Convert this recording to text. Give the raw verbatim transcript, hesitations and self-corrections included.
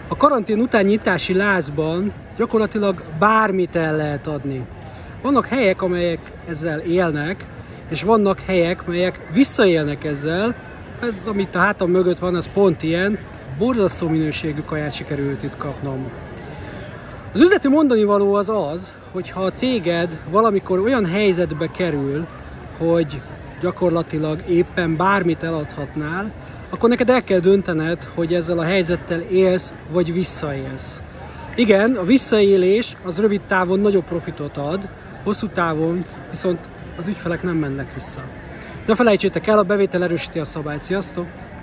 A karantén után nyitási lázban gyakorlatilag bármit el lehet adni. Vannak helyek, amelyek ezzel élnek, és vannak helyek, melyek visszaélnek ezzel. Ez, amit a hátam mögött van, az pont ilyen. Borzasztó minőségű kaját sikerült itt kapnom. Az üzleti mondani való az az, hogy ha a céged valamikor olyan helyzetbe kerül, hogy gyakorlatilag éppen bármit eladhatnál, akkor neked el kell döntened, hogy ezzel a helyzettel élsz, vagy visszaélsz. Igen, a visszaélés az rövid távon nagyobb profitot ad, hosszú távon viszont az ügyfelek nem mennek vissza. Ne felejtsétek el, a bevétel erősíti a szabályt. Sziasztok!